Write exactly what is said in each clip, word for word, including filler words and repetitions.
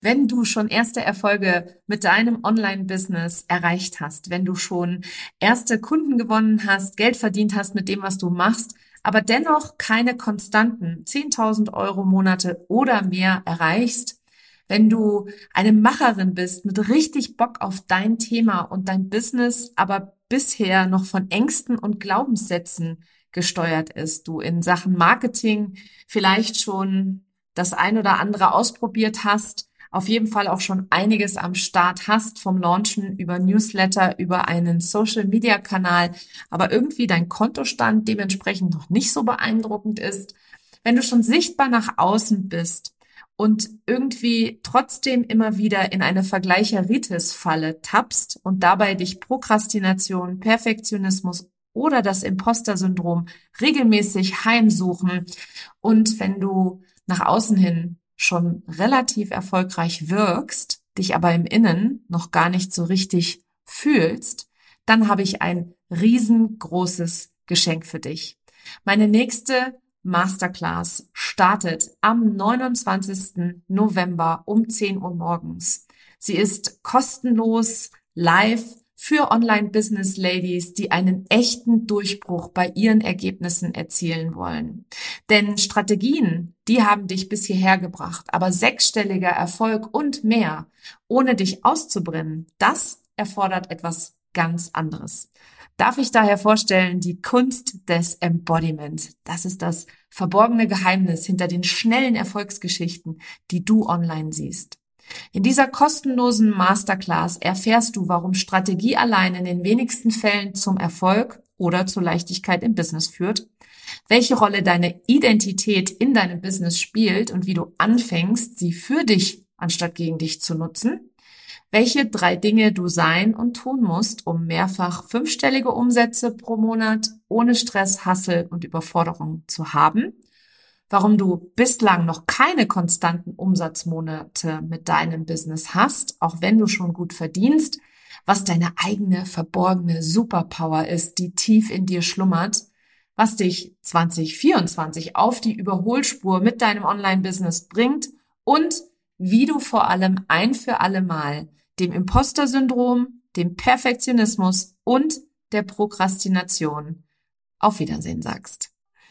Wenn du schon erste Erfolge mit deinem Online-Business erreicht hast, wenn du schon erste Kunden gewonnen hast, Geld verdient hast mit dem, was du machst, aber dennoch keine konstanten zehntausend Euro Monate oder mehr erreichst, wenn du eine Macherin bist mit richtig Bock auf dein Thema und dein Business, aber bisher noch von Ängsten und Glaubenssätzen gesteuert ist, du in Sachen Marketing vielleicht schon das ein oder andere ausprobiert hast, auf jeden Fall auch schon einiges am Start hast, vom Launchen über Newsletter, über einen Social-Media-Kanal, aber irgendwie dein Kontostand dementsprechend noch nicht so beeindruckend ist, wenn du schon sichtbar nach außen bist und irgendwie trotzdem immer wieder in eine Vergleicheritis-Falle tappst und dabei dich Prokrastination, Perfektionismus oder das Imposter-Syndrom regelmäßig heimsuchen und wenn du nach außen hin schon relativ erfolgreich wirkst, dich aber im Innen noch gar nicht so richtig fühlst, dann habe ich ein riesengroßes Geschenk für dich. Meine nächste Masterclass startet am neunundzwanzigsten November um zehn Uhr morgens. Sie ist kostenlos live für Online-Business-Ladies, die einen echten Durchbruch bei ihren Ergebnissen erzielen wollen. Denn Strategien, die haben dich bis hierher gebracht, aber sechsstelliger Erfolg und mehr, ohne dich auszubrennen, das erfordert etwas ganz anderes. Darf ich daher vorstellen, die Kunst des Embodiment. Das ist das verborgene Geheimnis hinter den schnellen Erfolgsgeschichten, die du online siehst. In dieser kostenlosen Masterclass erfährst du, warum Strategie allein in den wenigsten Fällen zum Erfolg oder zur Leichtigkeit im Business führt, welche Rolle deine Identität in deinem Business spielt und wie du anfängst, sie für dich anstatt gegen dich zu nutzen, welche drei Dinge du sein und tun musst, um mehrfach fünfstellige Umsätze pro Monat ohne Stress, Hassel und Überforderung zu haben, warum du bislang noch keine konstanten Umsatzmonate mit deinem Business hast, auch wenn du schon gut verdienst, was deine eigene verborgene Superpower ist, die tief in dir schlummert, was dich zwanzig vierundzwanzig auf die Überholspur mit deinem Online-Business bringt und wie du vor allem ein für alle Mal dem Imposter-Syndrom, dem Perfektionismus und der Prokrastination auf Wiedersehen sagst.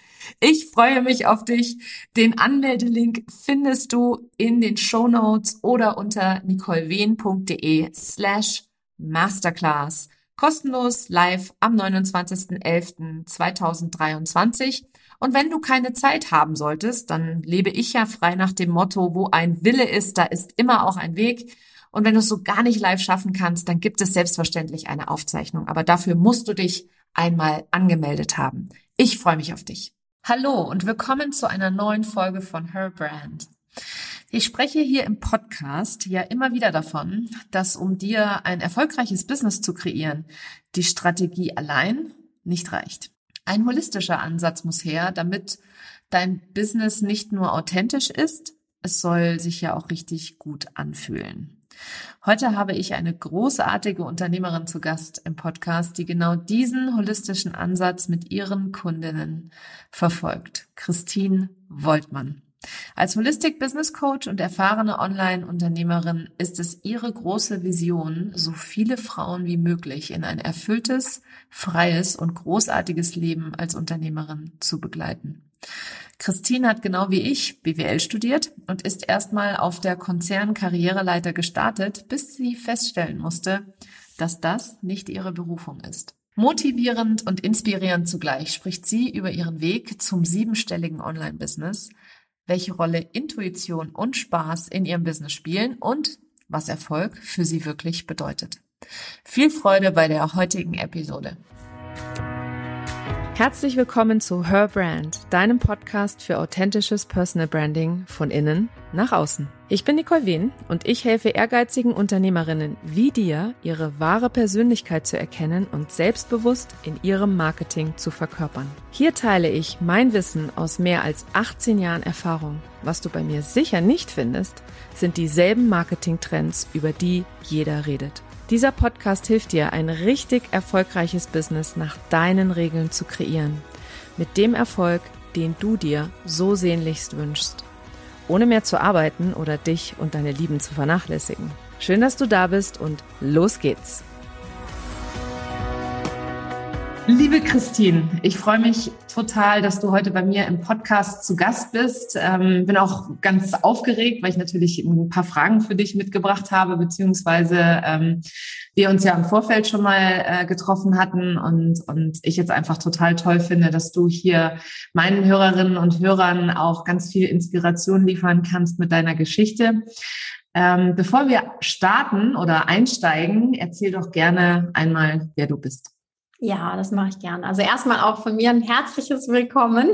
Ich freue mich auf dich. Den Anmeldelink findest du in den Shownotes oder unter nicolewehn.de slash masterclass. Kostenlos live am neunundzwanzigsten elften zweitausenddreiundzwanzig. Und wenn du keine Zeit haben solltest, dann lebe ich ja frei nach dem Motto, wo ein Wille ist, da ist immer auch ein Weg. Und wenn du es so gar nicht live schaffen kannst, dann gibt es selbstverständlich eine Aufzeichnung. Aber dafür musst du dich einmal angemeldet haben. Ich freue mich auf dich. Hallo und willkommen zu einer neuen Folge von Her Brand. Ich spreche hier im Podcast ja immer wieder davon, dass um dir ein erfolgreiches Business zu kreieren, die Strategie allein nicht reicht. Ein holistischer Ansatz muss her, damit dein Business nicht nur authentisch ist, es soll sich ja auch richtig gut anfühlen. Heute habe ich eine großartige Unternehmerin zu Gast im Podcast, die genau diesen holistischen Ansatz mit ihren Kundinnen verfolgt. Christine Woltmann. Als Holistic Business Coach und erfahrene Online-Unternehmerin ist es ihre große Vision, so viele Frauen wie möglich in ein erfülltes, freies und großartiges Leben als Unternehmerin zu begleiten. Christine hat genau wie ich B W L studiert und ist erstmal auf der Konzern-Karriereleiter gestartet, bis sie feststellen musste, dass das nicht ihre Berufung ist. Motivierend und inspirierend zugleich spricht sie über ihren Weg zum siebenstelligen Online-Business, welche Rolle Intuition und Spaß in ihrem Business spielen und was Erfolg für sie wirklich bedeutet. Viel Freude bei der heutigen Episode. Herzlich willkommen zu Her Brand, deinem Podcast für authentisches Personal Branding von innen nach außen. Ich bin Nicole Wehn und ich helfe ehrgeizigen Unternehmerinnen wie dir, ihre wahre Persönlichkeit zu erkennen und selbstbewusst in ihrem Marketing zu verkörpern. Hier teile ich mein Wissen aus mehr als achtzehn Jahren Erfahrung. Was du bei mir sicher nicht findest, sind dieselben Marketingtrends, über die jeder redet. Dieser Podcast hilft dir, ein richtig erfolgreiches Business nach deinen Regeln zu kreieren. Mit dem Erfolg, den du dir so sehnlichst wünschst. ohne mehr zu arbeiten oder dich und deine Lieben zu vernachlässigen. Schön, dass du da bist und los geht's. Liebe Christine, ich freue mich total, dass du heute bei mir im Podcast zu Gast bist. Ähm, bin auch ganz aufgeregt, weil ich natürlich ein paar Fragen für dich mitgebracht habe, beziehungsweise ähm, wir uns ja im Vorfeld schon mal äh, getroffen hatten und, und ich jetzt einfach total toll finde, dass du hier meinen Hörerinnen und Hörern auch ganz viel Inspiration liefern kannst mit deiner Geschichte. Ähm, bevor wir starten oder einsteigen, erzähl doch gerne einmal, wer du bist. Ja, das mache ich gerne. Also erstmal auch von mir ein herzliches Willkommen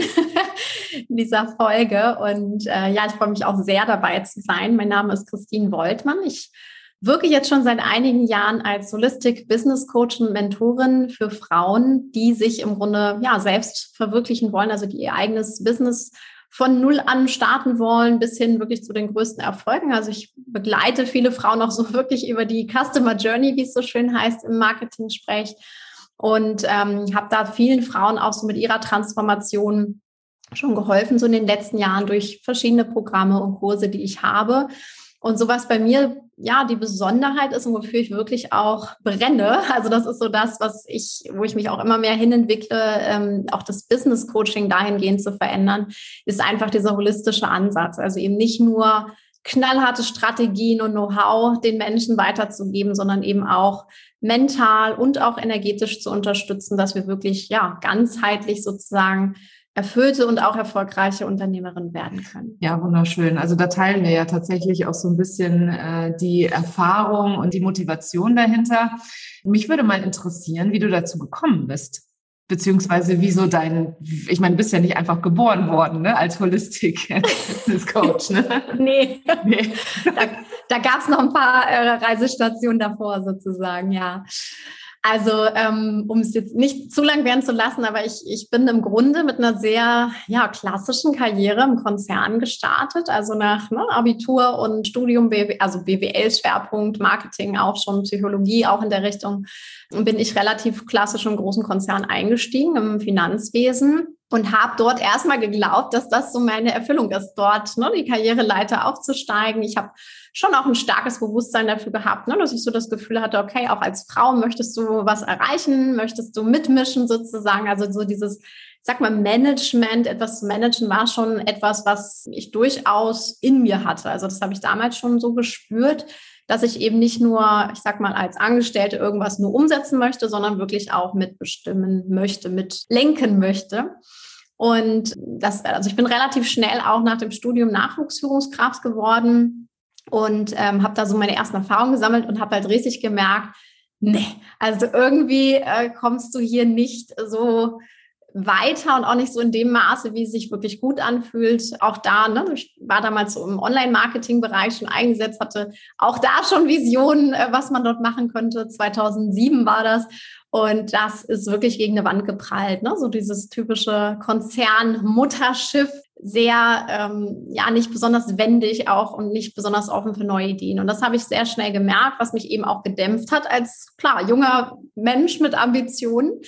in dieser Folge. Und äh, ja, ich freue mich auch sehr, dabei zu sein. Mein Name ist Christine Woltmann. Ich wirke jetzt schon seit einigen Jahren als Holistic Business Coach und Mentorin für Frauen, die sich im Grunde ja selbst verwirklichen wollen, also die ihr eigenes Business von null an starten wollen, bis hin wirklich zu den größten Erfolgen. Also ich begleite viele Frauen auch so wirklich über die Customer Journey, wie es so schön heißt im Marketing-Sprech. Und ähm, habe da vielen Frauen auch so mit ihrer Transformation schon geholfen, so in den letzten Jahren durch verschiedene Programme und Kurse, die ich habe. Und so was bei mir, ja, die Besonderheit ist und wofür ich wirklich auch brenne. Also das ist so das, was ich, wo ich mich auch immer mehr hinentwickle, ähm, auch das Business Coaching dahingehend zu verändern, ist einfach dieser holistische Ansatz. Also eben nicht nur knallharte Strategien und Know-how den Menschen weiterzugeben, sondern eben auch mental und auch energetisch zu unterstützen, dass wir wirklich ja ganzheitlich sozusagen erfüllte und auch erfolgreiche Unternehmerinnen werden können. Ja, wunderschön. Also da teilen wir ja tatsächlich auch so ein bisschen äh, die Erfahrung und die Motivation dahinter. Mich würde mal interessieren, wie du dazu gekommen bist. Beziehungsweise wieso dein, ich meine, du bist ja nicht einfach geboren worden, ne, als Holistic-Business-Coach, ne? Nee, nee. da, da gab es noch ein paar äh, Reisestationen davor sozusagen, ja. Also ähm, um es jetzt nicht zu lang werden zu lassen, aber ich, ich bin im Grunde mit einer sehr ja, klassischen Karriere im Konzern gestartet, also nach ne, Abitur und Studium, B W, also B W L-Schwerpunkt, Marketing, auch schon Psychologie, auch in der Richtung, bin ich relativ klassisch im großen Konzern eingestiegen, im Finanzwesen. Und habe dort erstmal geglaubt, dass das so meine Erfüllung ist, dort ne, die Karriereleiter aufzusteigen. Ich habe schon auch ein starkes Bewusstsein dafür gehabt, ne, dass ich so das Gefühl hatte, okay, auch als Frau möchtest du was erreichen, möchtest du mitmischen sozusagen. Also so dieses, ich sag mal, Management, etwas zu managen, war schon etwas, was ich durchaus in mir hatte. Also das habe ich damals schon so gespürt, dass ich eben nicht nur, ich sag mal, als Angestellte irgendwas nur umsetzen möchte, sondern wirklich auch mitbestimmen möchte, mitlenken möchte. Und das, also ich bin relativ schnell auch nach dem Studium Nachwuchsführungskraft geworden und ähm, habe da so meine ersten Erfahrungen gesammelt und habe halt richtig gemerkt, nee, also irgendwie äh, kommst du hier nicht so weiter und auch nicht so in dem Maße, wie es sich wirklich gut anfühlt. Auch da, ne, ich war damals so im Online-Marketing-Bereich schon eingesetzt, hatte auch da schon Visionen, was man dort machen könnte. zweitausendsieben war das. Und das ist wirklich gegen eine Wand geprallt, ne? So dieses typische Konzern-Mutterschiff, sehr, ähm, ja, nicht besonders wendig auch und nicht besonders offen für neue Ideen. Und das habe ich sehr schnell gemerkt, was mich eben auch gedämpft hat als, klar, junger Mensch mit Ambitionen.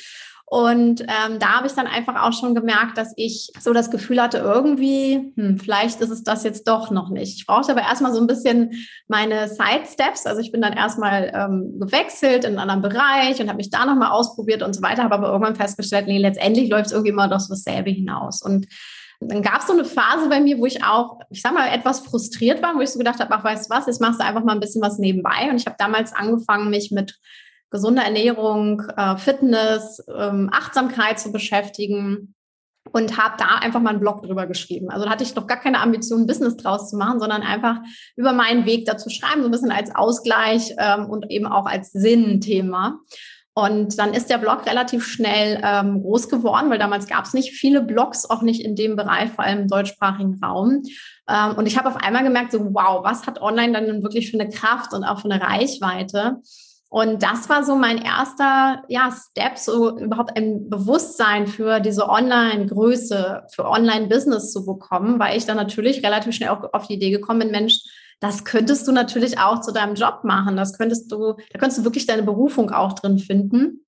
Und ähm, da habe ich dann einfach auch schon gemerkt, dass ich so das Gefühl hatte, irgendwie, hm, vielleicht ist es das jetzt doch noch nicht. Ich brauchte aber erstmal so ein bisschen meine Side-Steps. Also ich bin dann erstmal ähm, gewechselt in einen anderen Bereich und habe mich da nochmal ausprobiert und so weiter, habe aber irgendwann festgestellt, nee, letztendlich läuft es irgendwie immer auf dasselbe hinaus. Und dann gab es so eine Phase bei mir, wo ich auch, ich sag mal, etwas frustriert war, wo ich so gedacht habe, ach, weißt du was, jetzt machst du einfach mal ein bisschen was nebenbei. Und ich habe damals angefangen, mich mit gesunder Ernährung, Fitness, Achtsamkeit zu beschäftigen und habe da einfach mal einen Blog drüber geschrieben. Also da hatte ich noch gar keine Ambition, ein Business draus zu machen, sondern einfach über meinen Weg dazu schreiben, so ein bisschen als Ausgleich und eben auch als Sinnthema. Und dann ist der Blog relativ schnell ähm, groß geworden, weil damals gab es nicht viele Blogs, auch nicht in dem Bereich, vor allem im deutschsprachigen Raum. Ähm, und ich habe auf einmal gemerkt, so wow, was hat online dann denn wirklich für eine Kraft und auch für eine Reichweite? Und das war so mein erster ja, Step, so überhaupt ein Bewusstsein für diese Online-Größe, für Online-Business zu bekommen, weil ich dann natürlich relativ schnell auch auf die Idee gekommen bin, Mensch, das könntest du natürlich auch zu deinem Job machen. Das könntest du, da könntest du wirklich deine Berufung auch drin finden.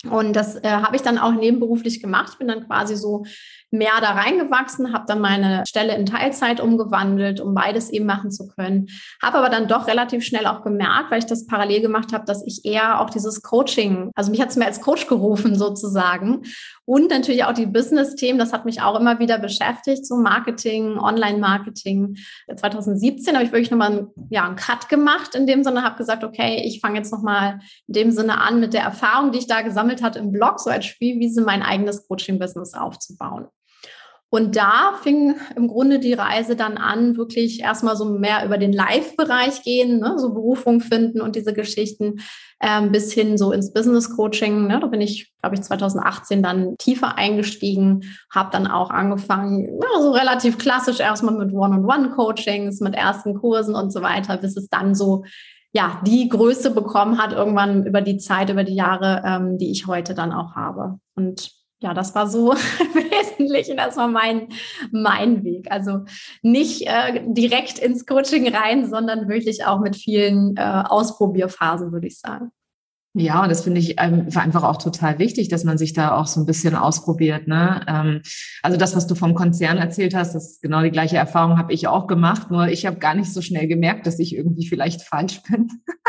Und das äh, habe ich dann auch nebenberuflich gemacht, bin dann quasi so mehr da reingewachsen, habe dann meine Stelle in Teilzeit umgewandelt, um beides eben machen zu können. Habe aber dann doch relativ schnell auch gemerkt, weil ich das parallel gemacht habe, dass ich eher auch dieses Coaching, also mich hat es mir als Coach gerufen sozusagen und natürlich auch die Business-Themen, das hat mich auch immer wieder beschäftigt, so Marketing, Online-Marketing. zwanzig siebzehn habe ich wirklich nochmal einen, ja, einen Cut gemacht in dem Sinne, habe gesagt, okay, ich fange jetzt nochmal in dem Sinne an, mit der Erfahrung, die ich da gesammelt hatte im Blog, so als Spielwiese mein eigenes Coaching-Business aufzubauen. Und da fing im Grunde die Reise dann an, wirklich erstmal so mehr über den Live-Bereich gehen, ne, so Berufung finden und diese Geschichten ähm, bis hin so ins Business-Coaching. Ne, da bin ich, glaube ich, zwanzig achtzehn dann tiefer eingestiegen, habe dann auch angefangen, ja, so relativ klassisch erstmal mit One-on-One-Coachings, mit ersten Kursen und so weiter, bis es dann so ja die Größe bekommen hat, irgendwann über die Zeit, über die Jahre, ähm, die ich heute dann auch habe. Und ja, das war so im Wesentlichen erstmal mein, mein Weg. Also nicht äh, direkt ins Coaching rein, sondern wirklich auch mit vielen äh, Ausprobierphasen, würde ich sagen. Ja, und das finde ich ähm, einfach auch total wichtig, dass man sich da auch so ein bisschen ausprobiert, ne? Ähm, also das, was du vom Konzern erzählt hast, das ist genau die gleiche Erfahrung habe ich auch gemacht, nur ich habe gar nicht so schnell gemerkt, dass ich irgendwie vielleicht falsch bin.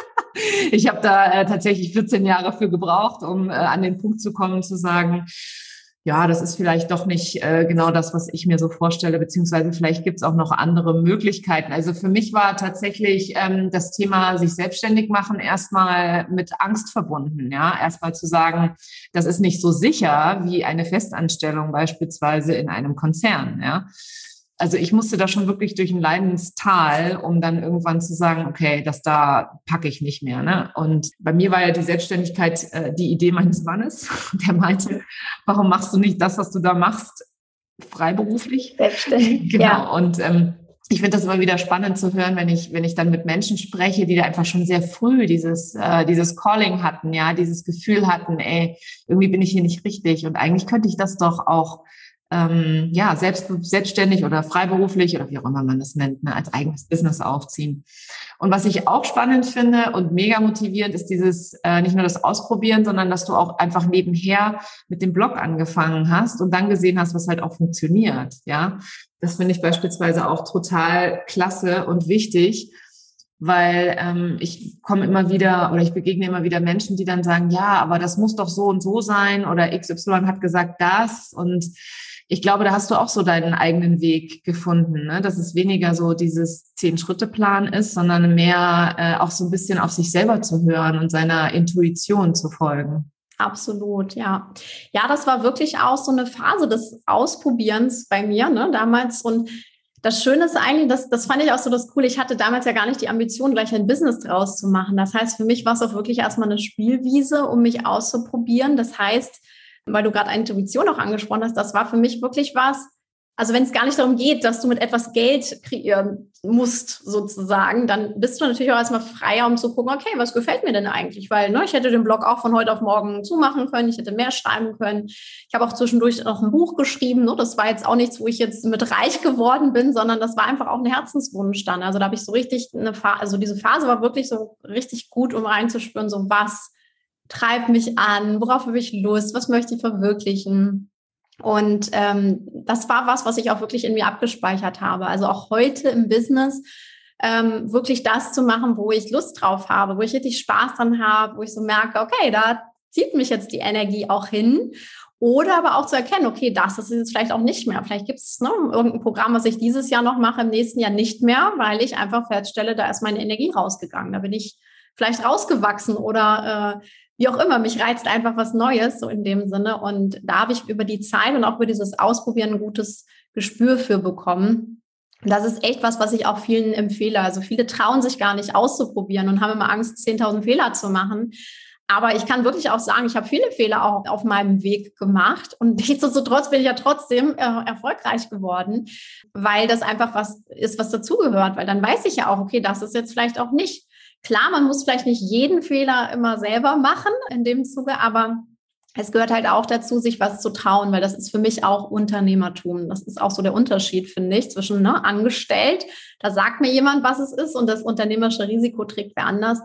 Ich habe da äh, tatsächlich vierzehn Jahre für gebraucht, um äh, an den Punkt zu kommen, zu sagen, ja, das ist vielleicht doch nicht äh, genau das, was ich mir so vorstelle, beziehungsweise vielleicht gibt es auch noch andere Möglichkeiten. Also für mich war tatsächlich ähm, das Thema sich selbstständig machen erstmal mit Angst verbunden. Ja, erstmal zu sagen, das ist nicht so sicher wie eine Festanstellung beispielsweise in einem Konzern. Ja. Also ich musste da schon wirklich durch ein Leidenstal, um dann irgendwann zu sagen, okay, das da packe ich nicht mehr. Ne? Und bei mir war ja die Selbstständigkeit äh, die Idee meines Mannes. Der meinte, warum machst du nicht das, was du da machst, freiberuflich? Selbstständig, genau. Ja. Und ähm, ich finde das immer wieder spannend zu hören, wenn ich, wenn ich dann mit Menschen spreche, die da einfach schon sehr früh dieses, äh, dieses Calling hatten, ja, dieses Gefühl hatten, ey, irgendwie bin ich hier nicht richtig und eigentlich könnte ich das doch auch ähm, ja, selbst, selbstständig oder freiberuflich oder wie auch immer man das nennt, ne, als eigenes Business aufziehen. Und was ich auch spannend finde und mega motivierend ist dieses, äh, nicht nur das Ausprobieren, sondern dass du auch einfach nebenher mit dem Blog angefangen hast und dann gesehen hast, was halt auch funktioniert, ja. Das finde ich beispielsweise auch total klasse und wichtig, weil ähm, ich komme immer wieder oder ich begegne immer wieder Menschen, die dann sagen, ja, aber das muss doch so und so sein oder X Y hat gesagt das und ich glaube, da hast du auch so deinen eigenen Weg gefunden, ne? Dass es weniger so dieses Zehn-Schritte-Plan ist, sondern mehr äh, auch so ein bisschen auf sich selber zu hören und seiner Intuition zu folgen. Absolut, ja. Ja, das war wirklich auch so eine Phase des Ausprobierens bei mir, ne, damals. Und das Schöne ist eigentlich, das, das fand ich auch so das Coole, ich hatte damals ja gar nicht die Ambition, gleich ein Business draus zu machen. Das heißt, für mich war es auch wirklich erstmal eine Spielwiese, um mich auszuprobieren. Das heißt, weil du gerade Intuition auch angesprochen hast, das war für mich wirklich was, also wenn es gar nicht darum geht, dass du mit etwas Geld kreieren musst, sozusagen, dann bist du natürlich auch erstmal freier, um zu gucken, okay, was gefällt mir denn eigentlich? Weil ne, ich hätte den Blog auch von heute auf morgen zumachen können, ich hätte mehr schreiben können. Ich habe auch zwischendurch noch ein Buch geschrieben. Ne? Das war jetzt auch nichts, wo ich jetzt mit reich geworden bin, sondern das war einfach auch ein Herzenswunsch dann. Also da habe ich so richtig eine Phase, also diese Phase war wirklich so richtig gut, um reinzuspüren, so was treibt mich an, worauf habe ich Lust, was möchte ich verwirklichen. Und ähm, das war was, was ich auch wirklich in mir abgespeichert habe. Also auch heute im Business ähm, wirklich das zu machen, wo ich Lust drauf habe, wo ich richtig Spaß dran habe, wo ich so merke, okay, da zieht mich jetzt die Energie auch hin. Oder aber auch zu erkennen, okay, das ist jetzt vielleicht auch nicht mehr. Vielleicht gibt es ne, irgendein Programm, was ich dieses Jahr noch mache, im nächsten Jahr nicht mehr, weil ich einfach feststelle, da ist meine Energie rausgegangen. Da bin ich vielleicht rausgewachsen oder äh, wie auch immer, mich reizt einfach was Neues, so in dem Sinne. Und da habe ich über die Zeit und auch über dieses Ausprobieren ein gutes Gespür für bekommen. Und das ist echt was, was ich auch vielen empfehle. Also viele trauen sich gar nicht auszuprobieren und haben immer Angst, zehntausend Fehler zu machen. Aber ich kann wirklich auch sagen, ich habe viele Fehler auch auf meinem Weg gemacht und nichtsdestotrotz bin ich ja trotzdem äh, erfolgreich geworden, weil das einfach was ist, was dazugehört. Weil dann weiß ich ja auch, okay, das ist jetzt vielleicht auch nicht. Klar, man muss vielleicht nicht jeden Fehler immer selber machen in dem Zuge, aber es gehört halt auch dazu, sich was zu trauen, weil das ist für mich auch Unternehmertum. Das ist auch so der Unterschied, finde ich, zwischen ne, angestellt, da sagt mir jemand, was es ist und das unternehmerische Risiko trägt wer anders.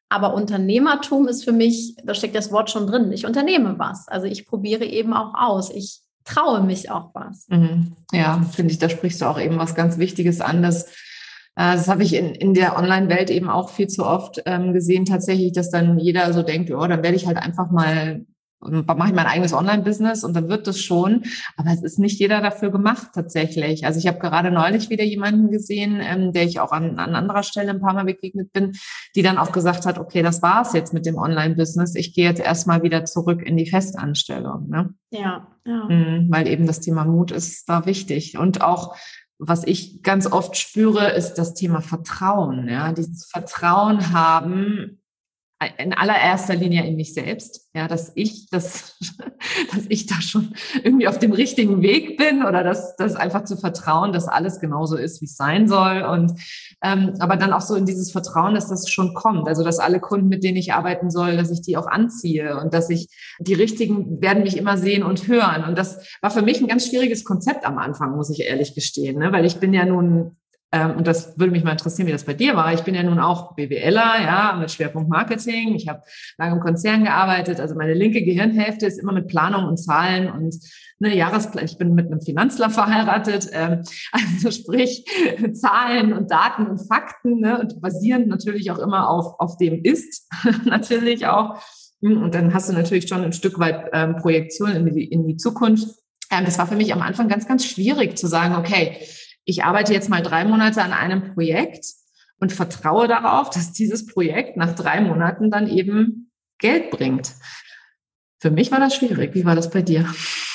Aber Unternehmertum ist für mich, da steckt das Wort schon drin, ich unternehme was. Also ich probiere eben auch aus. Ich traue mich auch was. Mhm. Ja, finde ich, da sprichst du auch eben was ganz Wichtiges an. Das, äh, das habe ich in, in der Online-Welt eben auch viel zu oft ähm, gesehen, tatsächlich, dass dann jeder so denkt, oh, dann werde ich halt einfach mal, mache ich mein eigenes Online-Business und dann wird das schon. Aber es ist nicht jeder dafür gemacht tatsächlich. Also ich habe gerade neulich wieder jemanden gesehen, ähm, der ich auch an, an anderer Stelle ein paar Mal begegnet bin, die dann auch gesagt hat, okay, das war's jetzt mit dem Online-Business. Ich gehe jetzt erstmal wieder zurück in die Festanstellung. Ne? Ja, ja. Mhm, weil eben das Thema Mut ist da wichtig. Und auch, was ich ganz oft spüre, ist das Thema Vertrauen. Ja, dieses Vertrauen haben, in allererster Linie in mich selbst, ja, dass ich das, dass ich da schon irgendwie auf dem richtigen Weg bin oder dass das einfach zu vertrauen, dass alles genauso ist, wie es sein soll und ähm, aber dann auch so in dieses Vertrauen, dass das schon kommt, also dass alle Kunden, mit denen ich arbeiten soll, dass ich die auch anziehe und dass ich die richtigen werden mich immer sehen und hören und das war für mich ein ganz schwieriges Konzept am Anfang, muss ich ehrlich gestehen, ne? Weil ich bin ja nun Ähm, und das würde mich mal interessieren, wie das bei dir war. Ich bin ja nun auch BWLer, ja, mit Schwerpunkt Marketing. Ich habe lange im Konzern gearbeitet. Also meine linke Gehirnhälfte ist immer mit Planung und Zahlen und ne, Jahresplan. Ich bin mit einem Finanzler verheiratet. Ähm, also sprich Zahlen und Daten und Fakten ne, und basierend natürlich auch immer auf auf dem Ist natürlich auch. Und dann hast du natürlich schon ein Stück weit ähm, Projektion in die in die Zukunft. Ähm, das war für mich am Anfang ganz ganz schwierig zu sagen, okay, ich arbeite jetzt mal drei Monate an einem Projekt und vertraue darauf, dass dieses Projekt nach drei Monaten dann eben Geld bringt. Für mich war das schwierig. Wie war das bei dir?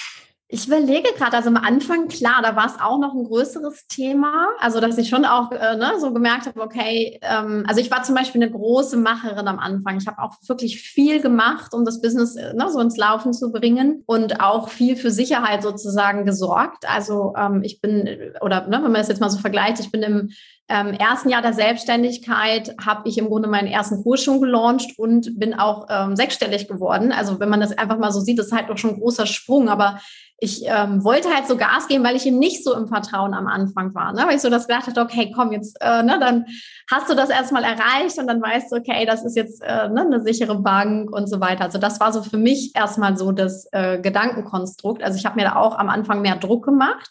Ich überlege gerade, also am Anfang, klar, da war es auch noch ein größeres Thema. Also, dass ich schon auch äh, ne, so gemerkt habe, okay, ähm, also ich war zum Beispiel eine große Macherin am Anfang. Ich habe auch wirklich viel gemacht, um das Business äh, ne, so ins Laufen zu bringen und auch viel für Sicherheit sozusagen gesorgt. Also ähm, ich bin, oder ne, wenn man das jetzt mal so vergleicht, ich bin im ähm, ersten Jahr der Selbstständigkeit, habe ich im Grunde meinen ersten Kurs schon gelauncht und bin auch ähm, sechsstellig geworden. Also wenn man das einfach mal so sieht, das ist halt doch schon ein großer Sprung, aber ich ähm, wollte halt so Gas geben, weil ich eben nicht so im Vertrauen am Anfang war. Ne? Weil ich so das gedacht hatte, okay, komm, jetzt, äh, ne, dann hast du das erstmal erreicht und dann weißt du, okay, das ist jetzt äh, ne, eine sichere Bank und so weiter. Also das war so für mich erstmal so das äh, Gedankenkonstrukt. Also ich habe mir da auch am Anfang mehr Druck gemacht.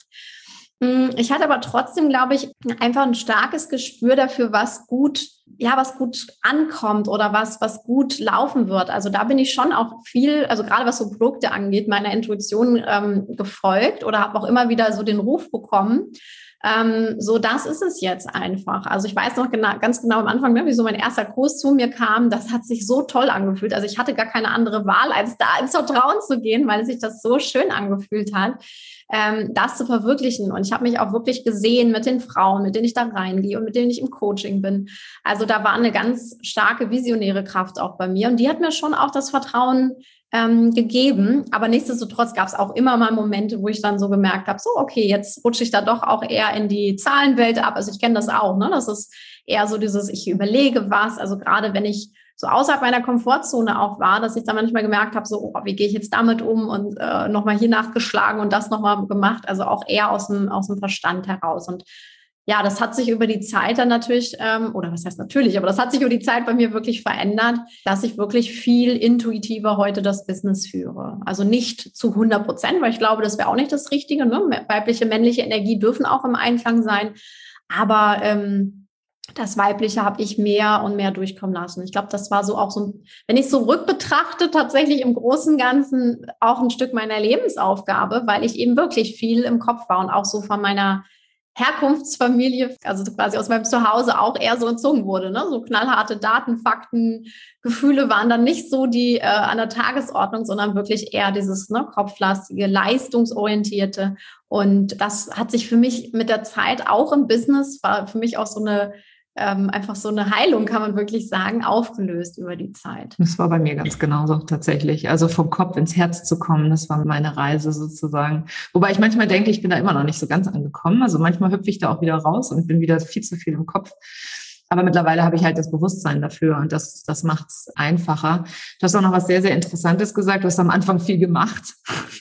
Ich hatte aber trotzdem, glaube ich, einfach ein starkes Gespür dafür, was gut, ja, was gut ankommt oder was, was gut laufen wird. Also da bin ich schon auch viel, also gerade was so Produkte angeht, meiner Intuition ähm, gefolgt oder habe auch immer wieder so den Ruf bekommen. Ähm, so, das ist es jetzt einfach. Also ich weiß noch genau, ganz genau am Anfang, ne, wie so mein erster Kurs zu mir kam, das hat sich so toll angefühlt. Also ich hatte gar keine andere Wahl, als da ins Vertrauen zu gehen, weil sich das so schön angefühlt hat, ähm, das zu verwirklichen. Und ich habe mich auch wirklich gesehen mit den Frauen, mit denen ich da reingehe und mit denen ich im Coaching bin. Also da war eine ganz starke visionäre Kraft auch bei mir und die hat mir schon auch das Vertrauen Ähm, gegeben. Aber nichtsdestotrotz gab es auch immer mal Momente, wo ich dann so gemerkt habe, so okay, jetzt rutsche ich da doch auch eher in die Zahlenwelt ab. Also ich kenne das auch, ne? Das ist eher so dieses, ich überlege was. Also gerade wenn ich so außerhalb meiner Komfortzone auch war, dass ich dann manchmal gemerkt habe, so oh, wie gehe ich jetzt damit um und äh, nochmal hier nachgeschlagen und das nochmal gemacht. Also auch eher aus dem, aus dem Verstand heraus. Und ja, das hat sich über die Zeit dann natürlich, ähm, oder was heißt natürlich, aber das hat sich über die Zeit bei mir wirklich verändert, dass ich wirklich viel intuitiver heute das Business führe. Also nicht zu hundert Prozent, weil ich glaube, das wäre auch nicht das Richtige. Ne? Weibliche, männliche Energie dürfen auch im Einklang sein. Aber ähm, das Weibliche habe ich mehr und mehr durchkommen lassen. Ich glaube, das war so auch so, wenn ich so rückbetrachte, tatsächlich im Großen und Ganzen auch ein Stück meiner Lebensaufgabe, weil ich eben wirklich viel im Kopf war und auch so von meiner Herkunftsfamilie, also quasi aus meinem Zuhause auch eher so erzogen wurde. Ne? So knallharte Daten, Fakten, Gefühle waren dann nicht so die äh, an der Tagesordnung, sondern wirklich eher dieses ne, kopflastige, leistungsorientierte. Und das hat sich für mich mit der Zeit auch im Business, war für mich auch so eine Ähm, einfach so eine Heilung, kann man wirklich sagen, aufgelöst über die Zeit. Das war bei mir ganz genauso tatsächlich. Also vom Kopf ins Herz zu kommen, das war meine Reise sozusagen. Wobei ich manchmal denke, ich bin da immer noch nicht so ganz angekommen. Also manchmal hüpfe ich da auch wieder raus und bin wieder viel zu viel im Kopf. Aber mittlerweile habe ich halt das Bewusstsein dafür und das, das macht es einfacher. Du hast auch noch was sehr, sehr Interessantes gesagt. Du hast am Anfang viel gemacht.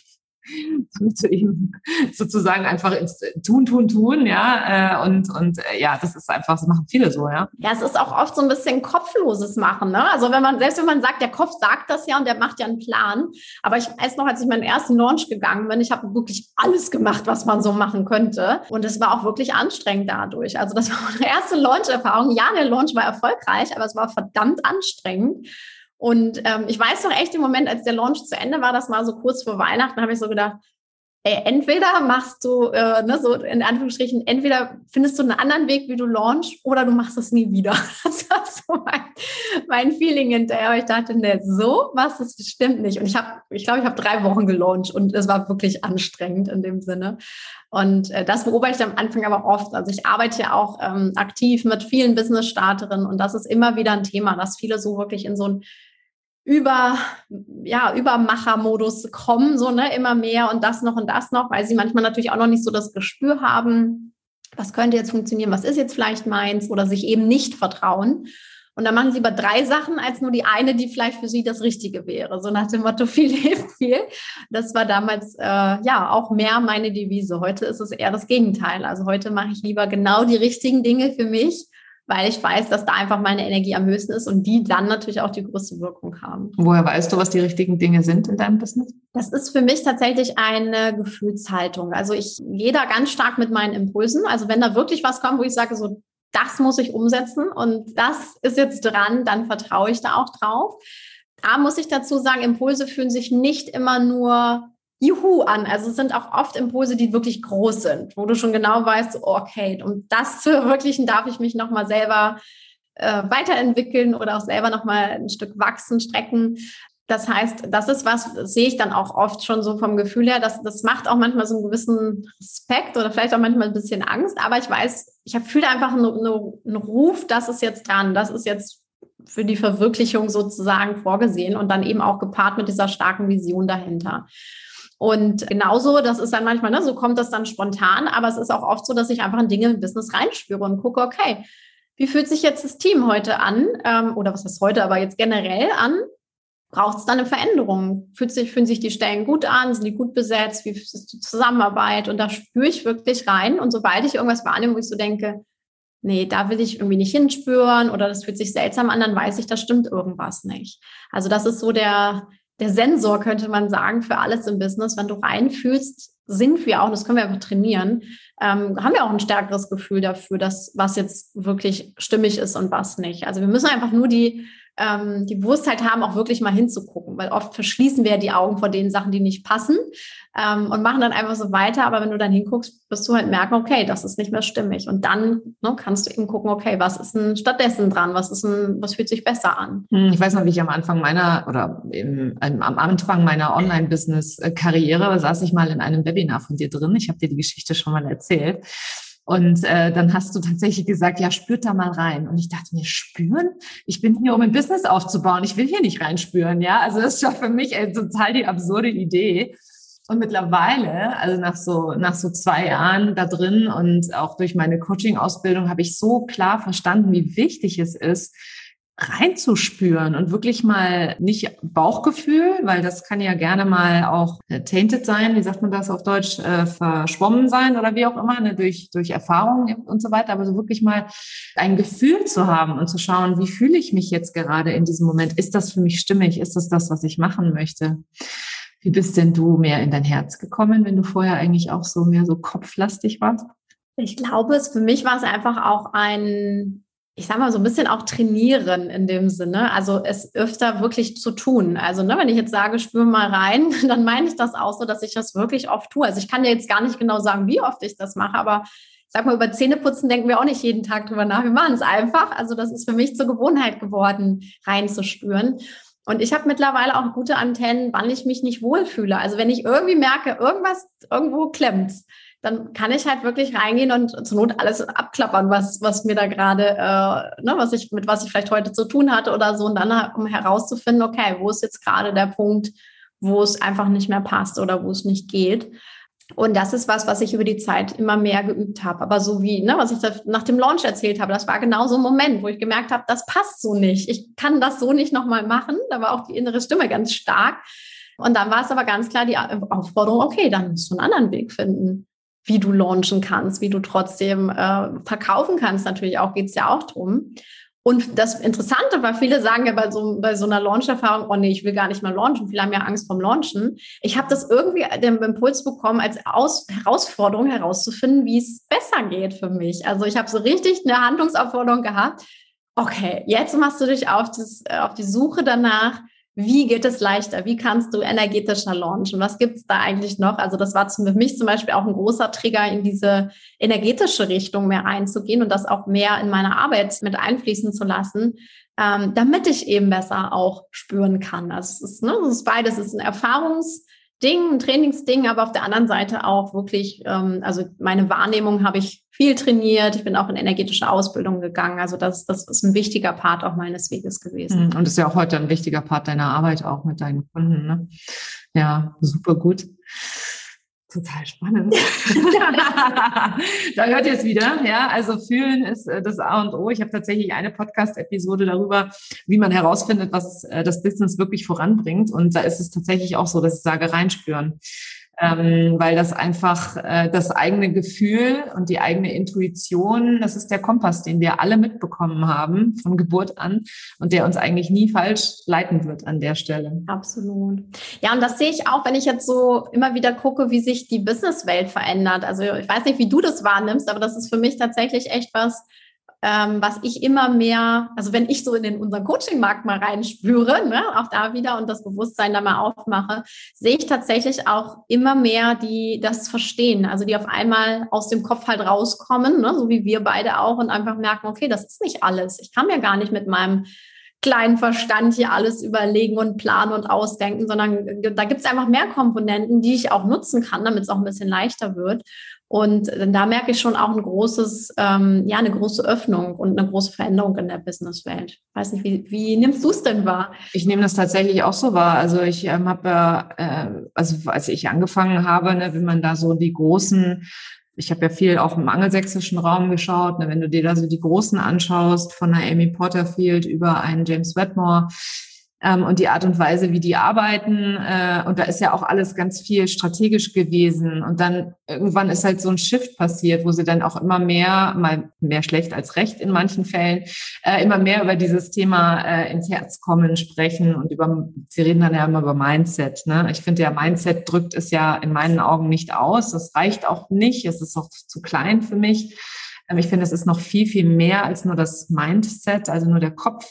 damit du eben sozusagen einfach ins Tun, Tun, Tun, ja, äh, und, und äh, ja, das ist einfach, das machen viele so, ja. Ja, es ist auch oft so ein bisschen kopfloses Machen, ne? Also wenn man, selbst wenn man sagt, der Kopf sagt das ja und der macht ja einen Plan, aber ich weiß noch, als ich meinen ersten Launch gegangen bin, ich habe wirklich alles gemacht, was man so machen könnte und es war auch wirklich anstrengend dadurch. Also das war meine erste Launch-Erfahrung. Ja, der Launch war erfolgreich, aber es war verdammt anstrengend. Und ähm, ich weiß noch echt im Moment, als der Launch zu Ende war, das mal so kurz vor Weihnachten, habe ich so gedacht, ey, entweder machst du, äh, ne, so in Anführungsstrichen, entweder findest du einen anderen Weg, wie du launchst, oder du machst es nie wieder. Das war so mein, mein Feeling hinterher. Aber ich dachte, ne, so was es bestimmt nicht. Und ich habe, ich glaube, ich habe drei Wochen gelauncht und es war wirklich anstrengend in dem Sinne. Und äh, das beobachte ich am Anfang aber oft. Also ich arbeite ja auch ähm, aktiv mit vielen Business-Starterinnen und das ist immer wieder ein Thema, dass viele so wirklich in so ein über, ja, Übermachermodus kommen, so, ne, immer mehr und das noch und das noch, weil sie manchmal natürlich auch noch nicht so das Gespür haben, was könnte jetzt funktionieren, was ist jetzt vielleicht meins oder sich eben nicht vertrauen. Und dann machen sie lieber drei Sachen als nur die eine, die vielleicht für sie das Richtige wäre. So nach dem Motto, viel hilft viel. Das war damals äh, ja auch mehr meine Devise. Heute ist es eher das Gegenteil. Also heute mache ich lieber genau die richtigen Dinge für mich, weil ich weiß, dass da einfach meine Energie am höchsten ist und die dann natürlich auch die größte Wirkung haben. Woher weißt du, was die richtigen Dinge sind in deinem Business? Das ist für mich tatsächlich eine Gefühlshaltung. Also ich gehe da ganz stark mit meinen Impulsen. Also wenn da wirklich was kommt, wo ich sage, so, das muss ich umsetzen und das ist jetzt dran, dann vertraue ich da auch drauf. Da muss ich dazu sagen, Impulse fühlen sich nicht immer nur Juhu an. Also es sind auch oft Impulse, die wirklich groß sind, wo du schon genau weißt, okay, um das zu verwirklichen, darf ich mich nochmal selber äh, weiterentwickeln oder auch selber nochmal ein Stück wachsen, strecken. Das heißt, das ist was, das sehe ich dann auch oft schon so vom Gefühl her, dass das macht auch manchmal so einen gewissen Respekt oder vielleicht auch manchmal ein bisschen Angst, aber ich weiß, ich fühle einfach einen, einen Ruf, das ist jetzt dran, das ist jetzt für die Verwirklichung sozusagen vorgesehen und dann eben auch gepaart mit dieser starken Vision dahinter. Und genauso, das ist dann manchmal, ne, so kommt das dann spontan, aber es ist auch oft so, dass ich einfach in Dinge im Business reinspüre und gucke, okay, wie fühlt sich jetzt das Team heute an? Ähm, oder was heißt heute, aber jetzt generell an? Braucht es da eine Veränderung? Fühlt sich, fühlen sich die Stellen gut an? Sind die gut besetzt? Wie ist die Zusammenarbeit? Und da spüre ich wirklich rein. Und sobald ich irgendwas wahrnehme, wo ich so denke, nee, da will ich irgendwie nicht hinspüren oder das fühlt sich seltsam an, dann weiß ich, da stimmt irgendwas nicht. Also das ist so der, der Sensor, könnte man sagen, für alles im Business. Wenn du reinfühlst, sind wir auch, und das können wir einfach trainieren, ähm, haben wir auch ein stärkeres Gefühl dafür, dass was jetzt wirklich stimmig ist und was nicht. Also wir müssen einfach nur die ähm, die Bewusstheit haben, auch wirklich mal hinzugucken, weil oft verschließen wir die Augen vor den Sachen, die nicht passen ähm, und machen dann einfach so weiter. Aber wenn du dann hinguckst, wirst du halt merken, okay, das ist nicht mehr stimmig. Und dann ne, kannst du eben gucken, okay, was ist denn stattdessen dran? Was ist denn, was fühlt sich besser an? Ich weiß noch, wie ich am Anfang meiner oder im, am Anfang meiner Online-Business-Karriere saß ich mal in einem Webinar von dir drin. Ich habe dir die Geschichte schon mal erzählt. Und äh, dann hast du tatsächlich gesagt, ja, spürt da mal rein. Und ich dachte mir, spüren? Ich bin hier, um ein Business aufzubauen. Ich will hier nicht reinspüren, ja. Also das war für mich ey, total die absurde Idee. Und mittlerweile, also nach so nach so zwei Jahren da drin und auch durch meine Coaching-Ausbildung habe ich so klar verstanden, wie wichtig es ist, reinzuspüren und wirklich mal nicht Bauchgefühl, weil das kann ja gerne mal auch äh, tainted sein, wie sagt man das auf Deutsch, äh, verschwommen sein oder wie auch immer, ne, durch durch Erfahrungen und so weiter, aber so wirklich mal ein Gefühl zu haben und zu schauen, wie fühle ich mich jetzt gerade in diesem Moment? Ist das für mich stimmig? Ist das das, was ich machen möchte? Wie bist denn du mehr in dein Herz gekommen, wenn du vorher eigentlich auch so mehr so kopflastig warst? Ich glaube, es für mich war es einfach auch ein ich sag mal, so ein bisschen auch trainieren in dem Sinne, also es öfter wirklich zu tun. Also ne, wenn ich jetzt sage, spür mal rein, dann meine ich das auch so, dass ich das wirklich oft tue. Also ich kann dir jetzt gar nicht genau sagen, wie oft ich das mache, aber ich sag mal, über Zähneputzen denken wir auch nicht jeden Tag drüber nach. Wir machen es einfach. Also das ist für mich zur Gewohnheit geworden, reinzuspüren. Und ich habe mittlerweile auch gute Antennen, wann ich mich nicht wohlfühle. Also wenn ich irgendwie merke, irgendwas irgendwo klemmt, dann kann ich halt wirklich reingehen und zur Not alles abklappern, was, was mir da gerade, äh, ne, was ich, mit was ich vielleicht heute zu tun hatte oder so. Und dann, um herauszufinden, okay, wo ist jetzt gerade der Punkt, wo es einfach nicht mehr passt oder wo es nicht geht. Und das ist was, was ich über die Zeit immer mehr geübt habe. Aber so wie, ne, was ich da nach dem Launch erzählt habe, das war genau so ein Moment, wo ich gemerkt habe, das passt so nicht. Ich kann das so nicht nochmal machen. Da war auch die innere Stimme ganz stark. Und dann war es aber ganz klar die Aufforderung, okay, dann musst du einen anderen Weg finden, wie du launchen kannst, wie du trotzdem äh, verkaufen kannst. Natürlich auch geht es ja auch drum. Und das Interessante war, viele sagen ja bei so, bei so einer Launch-Erfahrung, oh nee, ich will gar nicht mehr launchen. Viele haben ja Angst vorm Launchen. Ich habe das irgendwie den Impuls bekommen, als Aus- Herausforderung herauszufinden, wie es besser geht für mich. Also ich habe so richtig eine Handlungsaufforderung gehabt. Okay, jetzt machst du dich auf, das, auf die Suche danach, wie geht es leichter? Wie kannst du energetischer launchen? Was gibt es da eigentlich noch? Also das war für mich zum Beispiel auch ein großer Trigger, in diese energetische Richtung mehr einzugehen und das auch mehr in meine Arbeit mit einfließen zu lassen, ähm, damit ich eben besser auch spüren kann. Also es ist, ne, es ist beides. Es ist ein Erfahrungsding, ein Trainingsding, aber auf der anderen Seite auch wirklich, ähm, also meine Wahrnehmung habe ich viel trainiert. Ich bin auch in energetische Ausbildung gegangen. Also das, das ist ein wichtiger Part auch meines Weges gewesen. Und ist ja auch heute ein wichtiger Part deiner Arbeit auch mit deinen Kunden, ne? Ja, super gut. Total spannend. Da hört ihr es wieder, ja. Also fühlen ist das A und O. Ich habe tatsächlich eine Podcast-Episode darüber, wie man herausfindet, was das Business wirklich voranbringt. Und da ist es tatsächlich auch so, dass ich sage, reinspüren. Ähm, weil das einfach äh, das eigene Gefühl und die eigene Intuition, das ist der Kompass, den wir alle mitbekommen haben von Geburt an und der uns eigentlich nie falsch leiten wird an der Stelle. Absolut. Ja, und das sehe ich auch, wenn ich jetzt so immer wieder gucke, wie sich die Businesswelt verändert. Also ich weiß nicht, wie du das wahrnimmst, aber das ist für mich tatsächlich echt was, Ähm, was ich immer mehr, also wenn ich so in den, unseren Coaching-Markt mal reinspüre, ne, auch da wieder und das Bewusstsein da mal aufmache, sehe ich tatsächlich auch immer mehr, die das verstehen, also die auf einmal aus dem Kopf halt rauskommen, ne, so wie wir beide auch und einfach merken, okay, das ist nicht alles. Ich kann mir gar nicht mit meinem kleinen Verstand hier alles überlegen und planen und ausdenken, sondern da gibt es einfach mehr Komponenten, die ich auch nutzen kann, damit es auch ein bisschen leichter wird. Und da merke ich schon auch ein großes, ähm, ja, eine große Öffnung und eine große Veränderung in der Businesswelt. Ich weiß nicht, wie, wie nimmst du es denn wahr? Ich nehme das tatsächlich auch so wahr. Also ich ähm, habe ja, äh, also als ich angefangen habe, ne, wenn man da so die großen, ich habe ja viel auch im angelsächsischen Raum geschaut, ne, wenn du dir da so die Großen anschaust, von einer Amy Porterfield über einen James Wedmore, ähm, und die Art und Weise, wie die arbeiten. Äh, und da ist ja auch alles ganz viel strategisch gewesen. Und dann irgendwann ist halt so ein Shift passiert, wo sie dann auch immer mehr, mal mehr schlecht als recht in manchen Fällen, äh, immer mehr über dieses Thema äh, ins Herz kommen, sprechen und über, sie reden dann ja immer über Mindset. Ne? Ich finde ja, Mindset drückt es ja in meinen Augen nicht aus. Das reicht auch nicht. Es ist auch zu klein für mich. Ähm, ich finde, es ist noch viel, viel mehr als nur das Mindset, also nur der Kopf.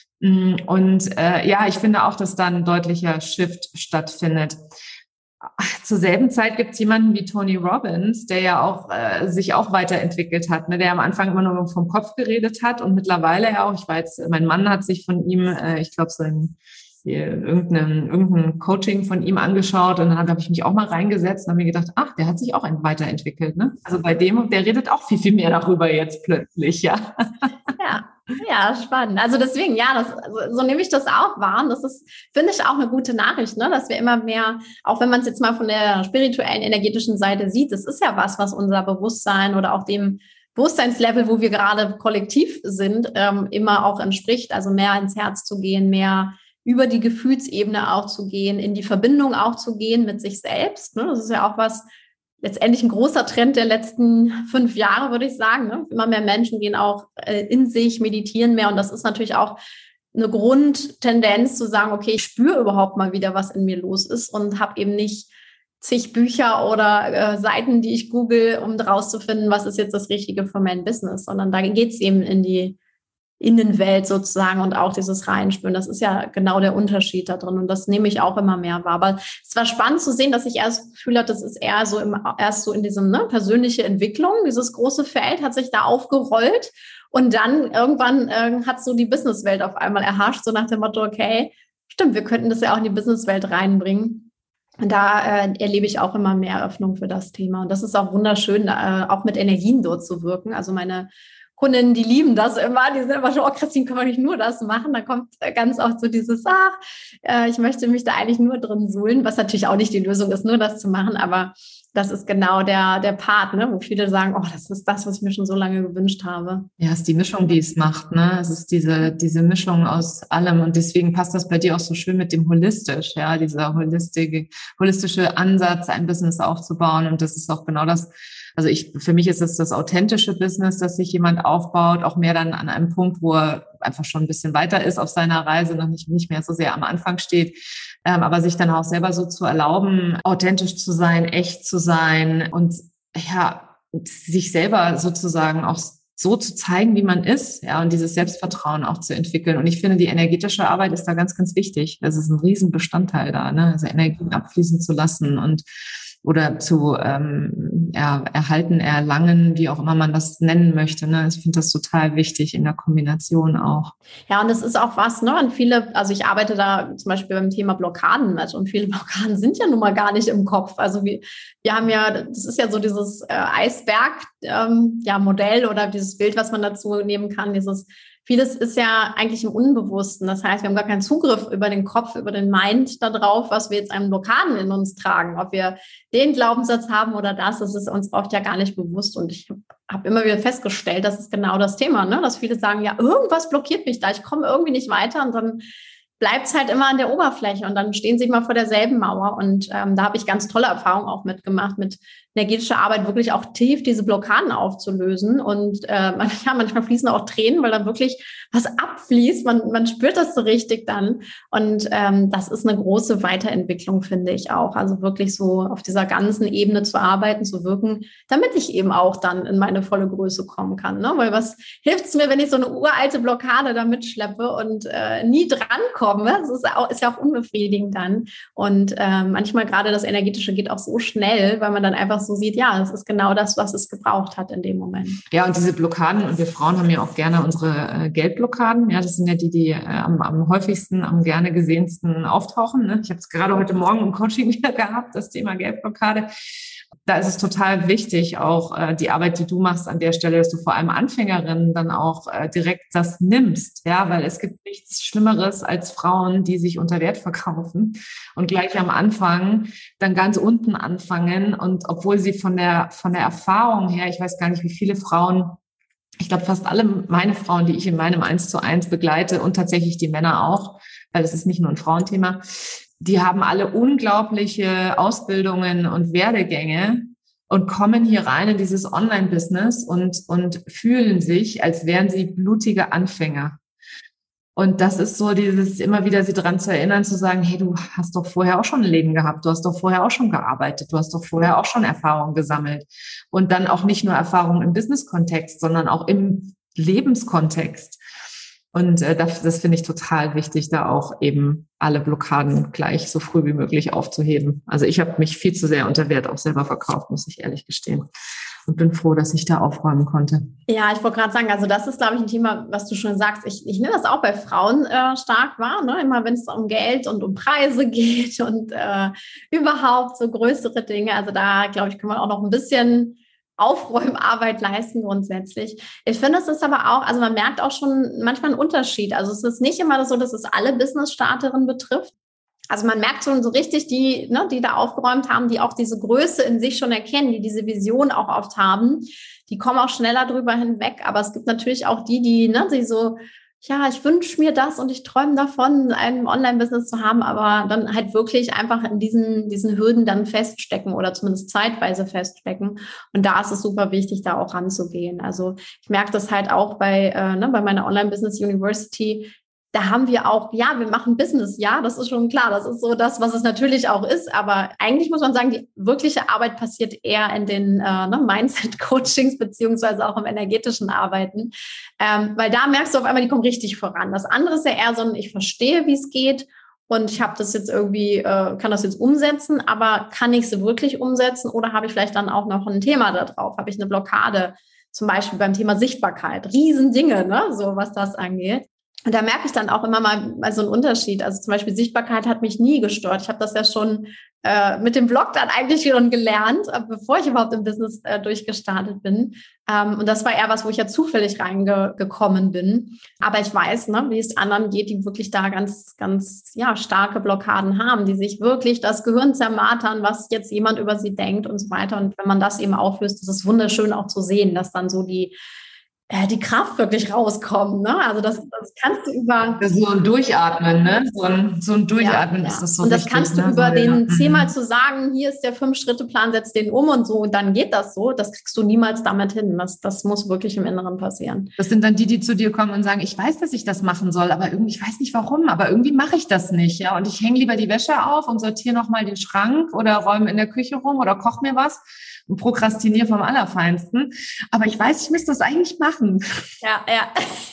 Und äh, ja, ich finde auch, dass da ein deutlicher Shift stattfindet. Zur selben Zeit gibt es jemanden wie Tony Robbins, der ja auch äh, sich auch weiterentwickelt hat, ne? Der am Anfang immer nur vom Kopf geredet hat und mittlerweile ja auch, ich weiß, mein Mann hat sich von ihm, äh, ich glaube, so ein irgendein, irgendein Coaching von ihm angeschaut und dann habe ich mich auch mal reingesetzt und habe mir gedacht, ach, der hat sich auch weiterentwickelt. Ne? Also bei dem, der redet auch viel, viel mehr darüber jetzt plötzlich, ja. Ja. Ja, spannend. Also deswegen, ja, das, also so nehme ich das auch wahr. Und das ist, finde ich, auch eine gute Nachricht, ne? Dass wir immer mehr, auch wenn man es jetzt mal von der spirituellen, energetischen Seite sieht, das ist ja was, was unser Bewusstsein oder auch dem Bewusstseinslevel, wo wir gerade kollektiv sind, ähm, immer auch entspricht. Also mehr ins Herz zu gehen, mehr über die Gefühlsebene auch zu gehen, in die Verbindung auch zu gehen mit sich selbst. Ne? Das ist ja auch was, letztendlich ein großer Trend der letzten fünf Jahre, würde ich sagen. Ne? Immer mehr Menschen gehen auch äh, in sich, meditieren mehr. Und das ist natürlich auch eine Grundtendenz zu sagen, okay, ich spüre überhaupt mal wieder, was in mir los ist und habe eben nicht zig Bücher oder äh, Seiten, die ich google, um rauszufinden, was ist jetzt das Richtige für mein Business, sondern da geht es eben in die Innenwelt sozusagen und auch dieses Reinspüren. Das ist ja genau der Unterschied da drin und das nehme ich auch immer mehr wahr. Aber es war spannend zu sehen, dass ich erst das Gefühl hatte, das ist eher so im, erst so in diesem ne, persönliche Entwicklung, dieses große Feld hat sich da aufgerollt und dann irgendwann äh, hat so die Businesswelt auf einmal erhascht, so nach dem Motto, okay, stimmt, wir könnten das ja auch in die Businesswelt reinbringen. Und da äh, erlebe ich auch immer mehr Öffnung für das Thema und das ist auch wunderschön, äh, auch mit Energien dort zu wirken. Also meine Kundinnen, die lieben das immer, die sind immer schon, oh Christine, können wir nicht nur das machen? Da kommt ganz oft so dieses, ach, äh, ich möchte mich da eigentlich nur drin suhlen, was natürlich auch nicht die Lösung ist, nur das zu machen, aber das ist genau der, der Part, ne, wo viele sagen, oh, das ist das, was ich mir schon so lange gewünscht habe. Ja, es ist die Mischung, die es macht, ne? Es ist diese, diese Mischung aus allem und deswegen passt das bei dir auch so schön mit dem holistisch, ja, dieser holistische, holistische Ansatz, ein Business aufzubauen und das ist auch genau das, also ich, für mich ist es das authentische Business, dass sich jemand aufbaut, auch mehr dann an einem Punkt, wo er einfach schon ein bisschen weiter ist auf seiner Reise, noch nicht, nicht mehr so sehr am Anfang steht, ähm, aber sich dann auch selber so zu erlauben, authentisch zu sein, echt zu sein und ja, sich selber sozusagen auch so zu zeigen, wie man ist, ja, und dieses Selbstvertrauen auch zu entwickeln. Und ich finde, die energetische Arbeit ist da ganz, ganz wichtig. Das ist ein Riesenbestandteil da, ne, also Energien abfließen zu lassen und oder zu ähm, ja, erhalten, erlangen, wie auch immer man das nennen möchte. Ne? Ich finde das total wichtig in der Kombination auch. Ja, und das ist auch was, ne? Und viele, also ich arbeite da zum Beispiel beim Thema Blockaden mit und viele Blockaden sind ja nun mal gar nicht im Kopf. Also wir, wir haben ja, das ist ja so dieses äh, Eisberg, ähm, ja, Modell oder dieses Bild, was man dazu nehmen kann, dieses vieles ist ja eigentlich im Unbewussten. Das heißt, wir haben gar keinen Zugriff über den Kopf, über den Mind darauf, was wir jetzt an Blockaden in uns tragen. Ob wir den Glaubenssatz haben oder das, das ist uns oft ja gar nicht bewusst. Und ich habe immer wieder festgestellt, das ist genau das Thema, ne? Dass viele sagen, ja, irgendwas blockiert mich da, ich komme irgendwie nicht weiter und dann bleibt es halt immer an der Oberfläche und dann stehen sie immer vor derselben Mauer. Und ähm, da habe ich ganz tolle Erfahrungen auch mitgemacht, mit energetischer Arbeit wirklich auch tief diese Blockaden aufzulösen. Und äh, man, ja, manchmal fließen auch Tränen, weil dann wirklich was abfließt. Man, man spürt das so richtig dann. Und ähm, das ist eine große Weiterentwicklung, finde ich auch. Also wirklich so auf dieser ganzen Ebene zu arbeiten, zu wirken, damit ich eben auch dann in meine volle Größe kommen kann. Ne? Weil was hilft es mir, wenn ich so eine uralte Blockade da mitschleppe und äh, nie drankomme? Das ist, auch, ist ja auch unbefriedigend dann. Und äh, manchmal gerade das Energetische geht auch so schnell, weil man dann einfach so sieht, ja, das ist genau das, was es gebraucht hat in dem Moment. Ja, und diese Blockaden, und wir Frauen haben ja auch gerne unsere äh, Geldblockaden. Ja, das sind ja die, die äh, am, am häufigsten, am gerne gesehensten auftauchen. Ne? Ich habe es gerade heute Morgen im Coaching wieder gehabt, das Thema Geldblockade. Da ist es total wichtig, auch äh, die Arbeit, die du machst an der Stelle, dass du vor allem Anfängerinnen dann auch äh, direkt das nimmst, ja, weil es gibt nichts Schlimmeres als Frauen, die sich unter Wert verkaufen und gleich am Anfang dann ganz unten anfangen und obwohl sie von der von der Erfahrung her, ich weiß gar nicht, wie viele Frauen, ich glaube fast alle meine Frauen, die ich in meinem eins zu eins begleite und tatsächlich die Männer auch, weil es ist nicht nur ein Frauenthema, die haben alle unglaubliche Ausbildungen und Werdegänge und kommen hier rein in dieses Online-Business und, und fühlen sich, als wären sie blutige Anfänger. Und das ist so dieses, immer wieder sie daran zu erinnern, zu sagen, hey, du hast doch vorher auch schon ein Leben gehabt, du hast doch vorher auch schon gearbeitet, du hast doch vorher auch schon Erfahrungen gesammelt. Und dann auch nicht nur Erfahrungen im Business-Kontext, sondern auch im Lebenskontext. Und äh, das, das finde ich total wichtig, da auch eben alle Blockaden gleich so früh wie möglich aufzuheben. Also ich habe mich viel zu sehr unter Wert auch selber verkauft, muss ich ehrlich gestehen. Und bin froh, dass ich da aufräumen konnte. Ja, ich wollte gerade sagen, also das ist, glaube ich, ein Thema, was du schon sagst. Ich, ich nehme das auch bei Frauen äh, stark wahr, ne? Immer wenn es um Geld und um Preise geht und äh, überhaupt so größere Dinge. Also da, glaube ich, kann man auch noch ein bisschen Aufräumarbeit leisten grundsätzlich. Ich finde, es ist aber auch, also man merkt auch schon manchmal einen Unterschied. Also es ist nicht immer so, dass es alle Business-Starterinnen betrifft. Also man merkt schon so richtig, die, ne, die da aufgeräumt haben, die auch diese Größe in sich schon erkennen, die diese Vision auch oft haben, die kommen auch schneller drüber hinweg. Aber es gibt natürlich auch die, die, ne, die so, ja, ich wünsche mir das und ich träume davon, ein Online-Business zu haben, aber dann halt wirklich einfach in diesen, diesen Hürden dann feststecken oder zumindest zeitweise feststecken. Und da ist es super wichtig, da auch ranzugehen. Also ich merke das halt auch bei, äh, ne, bei meiner Online-Business University. Da haben wir auch, ja, wir machen Business, ja, das ist schon klar, das ist so das, was es natürlich auch ist, aber eigentlich muss man sagen, die wirkliche Arbeit passiert eher in den äh, ne, Mindset-Coachings beziehungsweise auch im energetischen Arbeiten, ähm, weil da merkst du auf einmal, die kommen richtig voran. Das andere ist ja eher so ein, ich verstehe, wie es geht und ich habe das jetzt irgendwie, äh, kann das jetzt umsetzen, aber kann ich es wirklich umsetzen oder habe ich vielleicht dann auch noch ein Thema da drauf, habe ich eine Blockade, zum Beispiel beim Thema Sichtbarkeit, Riesendinge, ne, so was das angeht. Und da merke ich dann auch immer mal, mal so einen Unterschied. Also zum Beispiel Sichtbarkeit hat mich nie gestört. Ich habe das ja schon äh, mit dem Blog dann eigentlich schon gelernt, äh, bevor ich überhaupt im Business äh, durchgestartet bin. Ähm, und das war eher was, wo ich ja zufällig reingekommen bin. Aber ich weiß, ne, wie es anderen geht, die wirklich da ganz, ganz ja, starke Blockaden haben, die sich wirklich das Gehirn zermartern, was jetzt jemand über sie denkt und so weiter. Und wenn man das eben auflöst, ist es wunderschön auch zu sehen, dass dann so die die Kraft wirklich rauskommt, ne? Also das, das kannst du über... Das ist so ein Durchatmen, ne? So ein, so ein Durchatmen ja, ist das so. Und das richtig, kannst du ne? über so, den ja. zehnmal zu sagen, hier ist der Fünf-Schritte-Plan, setz den um und so, und dann geht das so. Das kriegst du niemals damit hin. Das, das muss wirklich im Inneren passieren. Das sind dann die, die zu dir kommen und sagen, ich weiß, dass ich das machen soll, aber irgendwie, ich weiß nicht warum, aber irgendwie mache ich das nicht, ja. Und ich hänge lieber die Wäsche auf und sortiere nochmal den Schrank oder räume in der Küche rum oder koche mir was und prokrastiniere vom Allerfeinsten. Aber ich weiß, ich müsste das eigentlich machen. Ja, ja.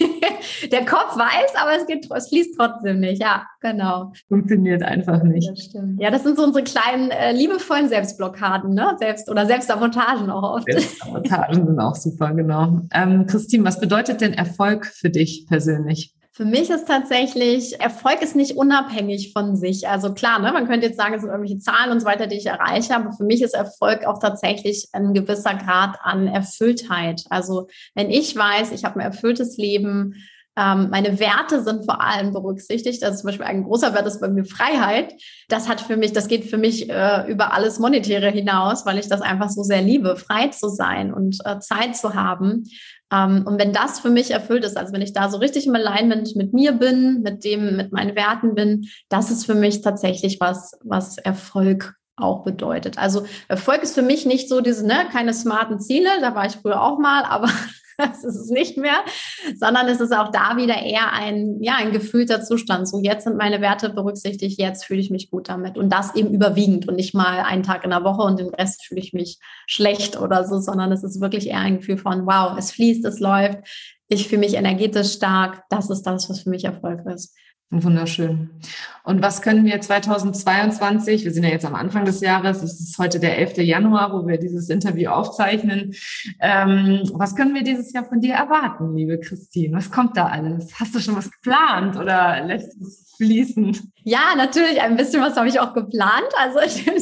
Der Kopf weiß, aber es geht, es fließt trotzdem nicht. Ja, genau. Funktioniert einfach nicht. Das stimmt. Ja, das sind so unsere kleinen, äh, liebevollen Selbstblockaden, ne? Selbst- oder Selbstsabotagen auch oft. Selbstsabotagen sind auch super, genau. Ähm, Christine, was bedeutet denn Erfolg für dich persönlich? Für mich ist tatsächlich, Erfolg ist nicht unabhängig von sich. Also klar, ne, man könnte jetzt sagen, es sind irgendwelche Zahlen und so weiter, die ich erreiche, aber für mich ist Erfolg auch tatsächlich ein gewisser Grad an Erfülltheit. Also wenn ich weiß, ich habe ein erfülltes Leben, ähm, meine Werte sind vor allem berücksichtigt, also zum Beispiel ein großer Wert ist bei mir Freiheit. Das hat für mich, das geht für mich äh, über alles Monetäre hinaus, weil ich das einfach so sehr liebe, frei zu sein und äh, Zeit zu haben. Um, und wenn das für mich erfüllt ist, also wenn ich da so richtig im Alignment mit mir bin, mit dem, mit meinen Werten bin, das ist für mich tatsächlich was, was Erfolg auch bedeutet. Also Erfolg ist für mich nicht so diese, ne, keine smarten Ziele, da war ich früher auch mal, aber das ist es nicht mehr, sondern es ist auch da wieder eher ein, ja, ein gefühlter Zustand. So, jetzt sind meine Werte berücksichtigt, jetzt fühle ich mich gut damit. Und das eben überwiegend und nicht mal einen Tag in der Woche und den Rest fühle ich mich schlecht oder so, sondern es ist wirklich eher ein Gefühl von, wow, es fließt, es läuft, ich fühle mich energetisch stark. Das ist das, was für mich Erfolg ist. Wunderschön. Und was können wir zweitausendzweiundzwanzig, wir sind ja jetzt am Anfang des Jahres, es ist heute der elfte Januar, wo wir dieses Interview aufzeichnen, ähm, was können wir dieses Jahr von dir erwarten, liebe Christine? Was kommt da alles? Hast du schon was geplant oder lässt es fließen? Ja, natürlich, ein bisschen was habe ich auch geplant. Also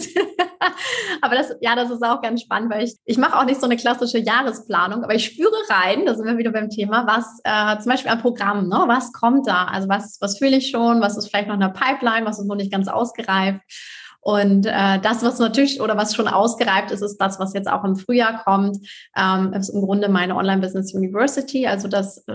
aber das, ja, das ist auch ganz spannend, weil ich, ich mache auch nicht so eine klassische Jahresplanung, aber ich spüre rein, da sind wir wieder beim Thema, was äh, zum Beispiel an Programmen, ne? Was kommt da? Also was, was fühle ich schon? Was ist vielleicht noch in der Pipeline? Was ist noch nicht ganz ausgereift? Und äh, das, was natürlich oder was schon ausgereift ist, ist das, was jetzt auch im Frühjahr kommt, ähm, ist im Grunde meine Online-Business University, also das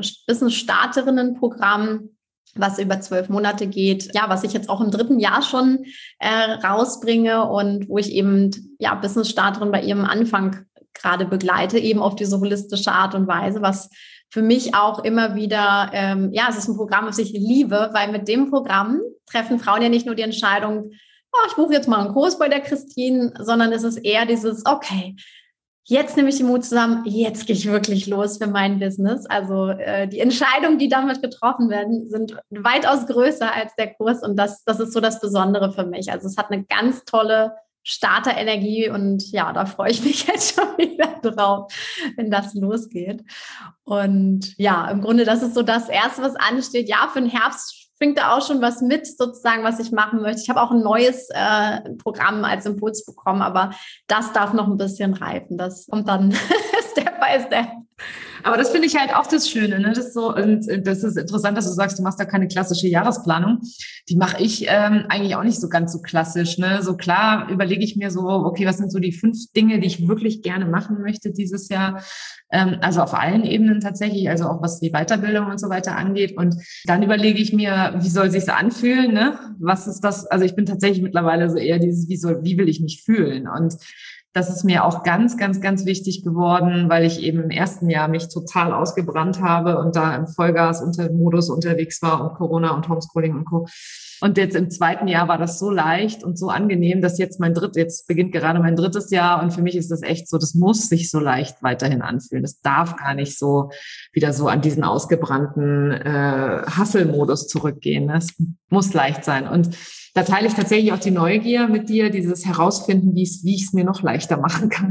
Business-Starterinnen-Programm, was über zwölf Monate geht, ja, was ich jetzt auch im dritten Jahr schon äh, rausbringe und wo ich eben, ja, Business-Starterin bei ihrem Anfang gerade begleite, eben auf diese holistische Art und Weise, was für mich auch immer wieder, ähm, ja, es ist ein Programm, das ich liebe, weil mit dem Programm treffen Frauen ja nicht nur die Entscheidung, oh, ich buche jetzt mal einen Kurs bei der Christine, sondern es ist eher dieses, okay, jetzt nehme ich den Mut zusammen, jetzt gehe ich wirklich los für mein Business. Also äh, die Entscheidungen, die damit getroffen werden, sind weitaus größer als der Kurs und das, das ist so das Besondere für mich. Also es hat eine ganz tolle Starterenergie und ja, da freue ich mich jetzt schon wieder drauf, wenn das losgeht. Und ja, im Grunde, das ist so das Erste, was ansteht. Ja, für den Herbst bringt da auch schon was mit, sozusagen, was ich machen möchte. Ich habe auch ein neues äh, Programm als Impuls bekommen, aber das darf noch ein bisschen reifen. Das kommt dann Step by Step. Aber das finde ich halt auch das Schöne, ne? Das ist so, und das ist interessant, dass du sagst, du machst da keine klassische Jahresplanung. Die mache ich ähm, eigentlich auch nicht so ganz so klassisch, ne? So klar überlege ich mir so, okay, was sind so die fünf Dinge, die ich wirklich gerne machen möchte dieses Jahr? Ähm, also auf allen Ebenen tatsächlich, also auch was die Weiterbildung und so weiter angeht. Und dann überlege ich mir, wie soll sich's anfühlen, ne? Was ist das? Also ich bin tatsächlich mittlerweile so eher dieses, wie soll, wie will ich mich fühlen? Und das ist mir auch ganz, ganz, ganz wichtig geworden, weil ich eben im ersten Jahr mich total ausgebrannt habe und da im Vollgas-Modus unterwegs war und Corona und Homeschooling und Co. Und jetzt im zweiten Jahr war das so leicht und so angenehm, dass jetzt mein dritt, jetzt beginnt gerade mein drittes Jahr und für mich ist das echt so, das muss sich so leicht weiterhin anfühlen. Das darf gar nicht so wieder so an diesen ausgebrannten äh, Hustle-Modus zurückgehen. Das muss leicht sein. Und da teile ich tatsächlich auch die Neugier mit dir, dieses Herausfinden, wie ich es wie ich es mir noch leichter machen kann.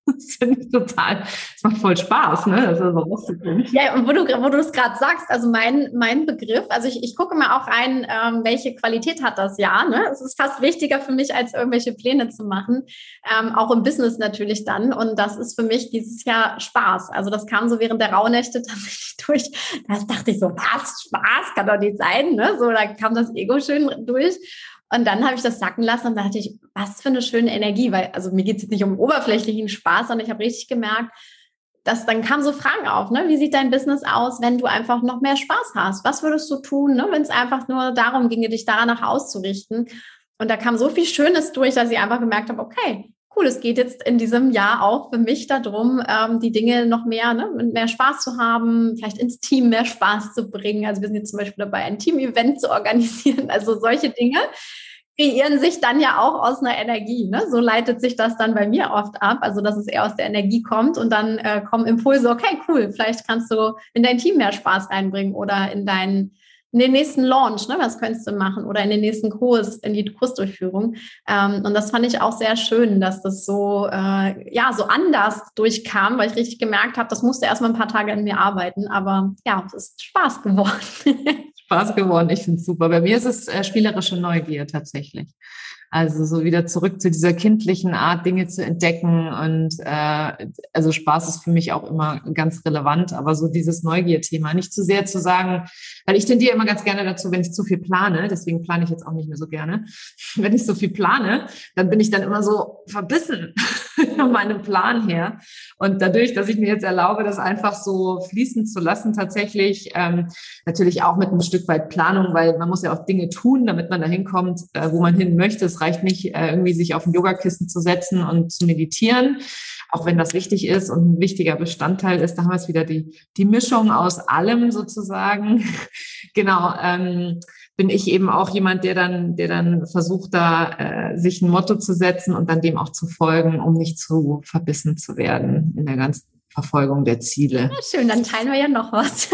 Das finde ich total, das macht voll Spaß, ne? Das ist so lustig. Ja, und wo du, wo du es gerade sagst, also mein, mein Begriff, also ich, ich gucke mal auch rein, ähm, welche Qualität hat das Jahr, ne? Es ist fast wichtiger für mich, als irgendwelche Pläne zu machen, ähm, auch im Business natürlich dann. Und das ist für mich dieses Jahr Spaß. Also das kam so während der Rauhnächte tatsächlich durch. Da dachte ich so, was, Spaß, kann doch nicht sein, ne? So, da kam das Ego schön durch. Und dann habe ich das sacken lassen und da dachte ich, was für eine schöne Energie, weil also mir geht es jetzt nicht um oberflächlichen Spaß, sondern ich habe richtig gemerkt, dass dann kamen so Fragen auf, ne? Wie sieht dein Business aus, wenn du einfach noch mehr Spaß hast? Was würdest du tun, ne? Wenn es einfach nur darum ginge, dich danach auszurichten? Und da kam so viel Schönes durch, dass ich einfach gemerkt habe, okay, cool, es geht jetzt in diesem Jahr auch für mich darum, ähm, die Dinge noch mehr, ne, mit mehr Spaß zu haben, vielleicht ins Team mehr Spaß zu bringen. Also wir sind jetzt zum Beispiel dabei, ein Team-Event zu organisieren. Also solche Dinge kreieren sich dann ja auch aus einer Energie. Ne? So leitet sich das dann bei mir oft ab, also dass es eher aus der Energie kommt und dann äh, kommen Impulse, okay, cool, vielleicht kannst du in dein Team mehr Spaß reinbringen oder in deinen in den nächsten Launch, ne, was könntest du machen oder in den nächsten Kurs, in die Kursdurchführung. Ähm, und das fand ich auch sehr schön, dass das so, äh, ja, so anders durchkam, weil ich richtig gemerkt habe, das musste erstmal ein paar Tage in mir arbeiten, aber ja, es ist Spaß geworden. Spaß geworden, ich finde es super. Bei mir ist es äh, spielerische Neugier tatsächlich. Also so wieder zurück zu dieser kindlichen Art, Dinge zu entdecken und äh, also Spaß ist für mich auch immer ganz relevant, aber so dieses Neugier-Thema, nicht zu sehr zu sagen, weil ich tendiere immer ganz gerne dazu, wenn ich zu viel plane, deswegen plane ich jetzt auch nicht mehr so gerne, wenn ich so viel plane, dann bin ich dann immer so verbissen von meinem Plan her und dadurch, dass ich mir jetzt erlaube, das einfach so fließen zu lassen, tatsächlich ähm, natürlich auch mit einem Stück weit Planung, weil man muss ja auch Dinge tun, damit man dahin kommt, äh, wo man hin möchte. Es reicht nicht, äh, irgendwie sich auf ein Yogakissen zu setzen und zu meditieren, auch wenn das wichtig ist und ein wichtiger Bestandteil ist. Da haben wir es wieder die, die Mischung aus allem sozusagen. Genau, ähm, bin ich eben auch jemand, der dann, der dann versucht, da äh, sich ein Motto zu setzen und dann dem auch zu folgen, um nicht zu verbissen zu werden in der ganzen Verfolgung der Ziele. Ja, schön, dann teilen wir ja noch was.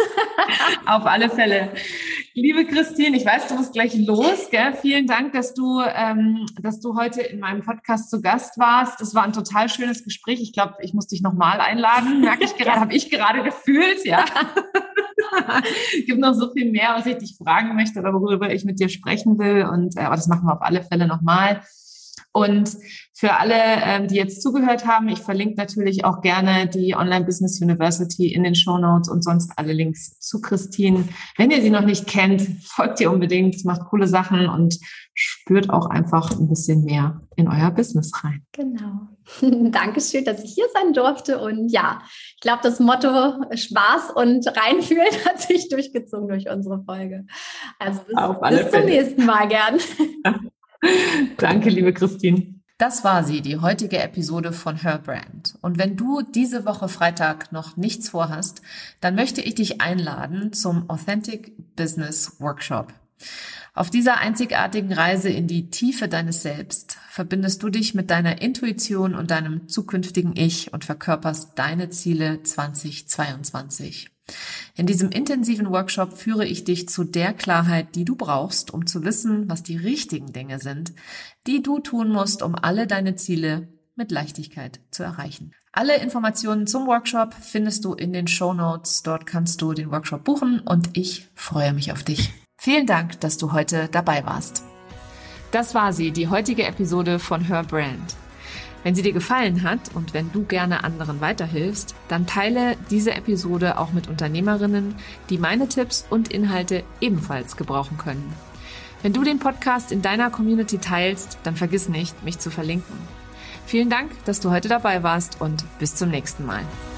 Auf alle Fälle. Liebe Christine, ich weiß, du musst gleich los, gell? Vielen Dank, dass du, ähm, dass du heute in meinem Podcast zu Gast warst. Das war ein total schönes Gespräch. Ich glaube, ich muss dich nochmal einladen. Merke ich gerade, habe ich gerade gefühlt, ja. Es gibt noch so viel mehr, was ich dich fragen möchte oder worüber ich mit dir sprechen will. Und äh, aber das machen wir auf alle Fälle nochmal. Und für alle, ähm, die jetzt zugehört haben, ich verlinke natürlich auch gerne die Online Business University in den Shownotes und sonst alle Links zu Christine. Wenn ihr sie noch nicht kennt, folgt ihr unbedingt, macht coole Sachen und spürt auch einfach ein bisschen mehr in euer Business rein. Genau. Dankeschön, dass ich hier sein durfte. Und ja, ich glaube, das Motto Spaß und reinfühlen hat sich durchgezogen durch unsere Folge. Also bis, Auf alle bis zum Fälle. nächsten Mal gern. Danke, liebe Christine. Das war sie, die heutige Episode von Her Brand. Und wenn du diese Woche Freitag noch nichts vorhast, dann möchte ich dich einladen zum Authentic Business Workshop. Auf dieser einzigartigen Reise in die Tiefe deines Selbst verbindest du dich mit deiner Intuition und deinem zukünftigen Ich und verkörperst deine Ziele zwanzig zweiundzwanzig. In diesem intensiven Workshop führe ich dich zu der Klarheit, die du brauchst, um zu wissen, was die richtigen Dinge sind, die du tun musst, um alle deine Ziele mit Leichtigkeit zu erreichen. Alle Informationen zum Workshop findest du in den Shownotes. Dort kannst du den Workshop buchen und ich freue mich auf dich. Vielen Dank, dass du heute dabei warst. Das war sie, die heutige Episode von Her Brand. Wenn sie dir gefallen hat und wenn du gerne anderen weiterhilfst, dann teile diese Episode auch mit Unternehmerinnen, die meine Tipps und Inhalte ebenfalls gebrauchen können. Wenn du den Podcast in deiner Community teilst, dann vergiss nicht, mich zu verlinken. Vielen Dank, dass du heute dabei warst und bis zum nächsten Mal.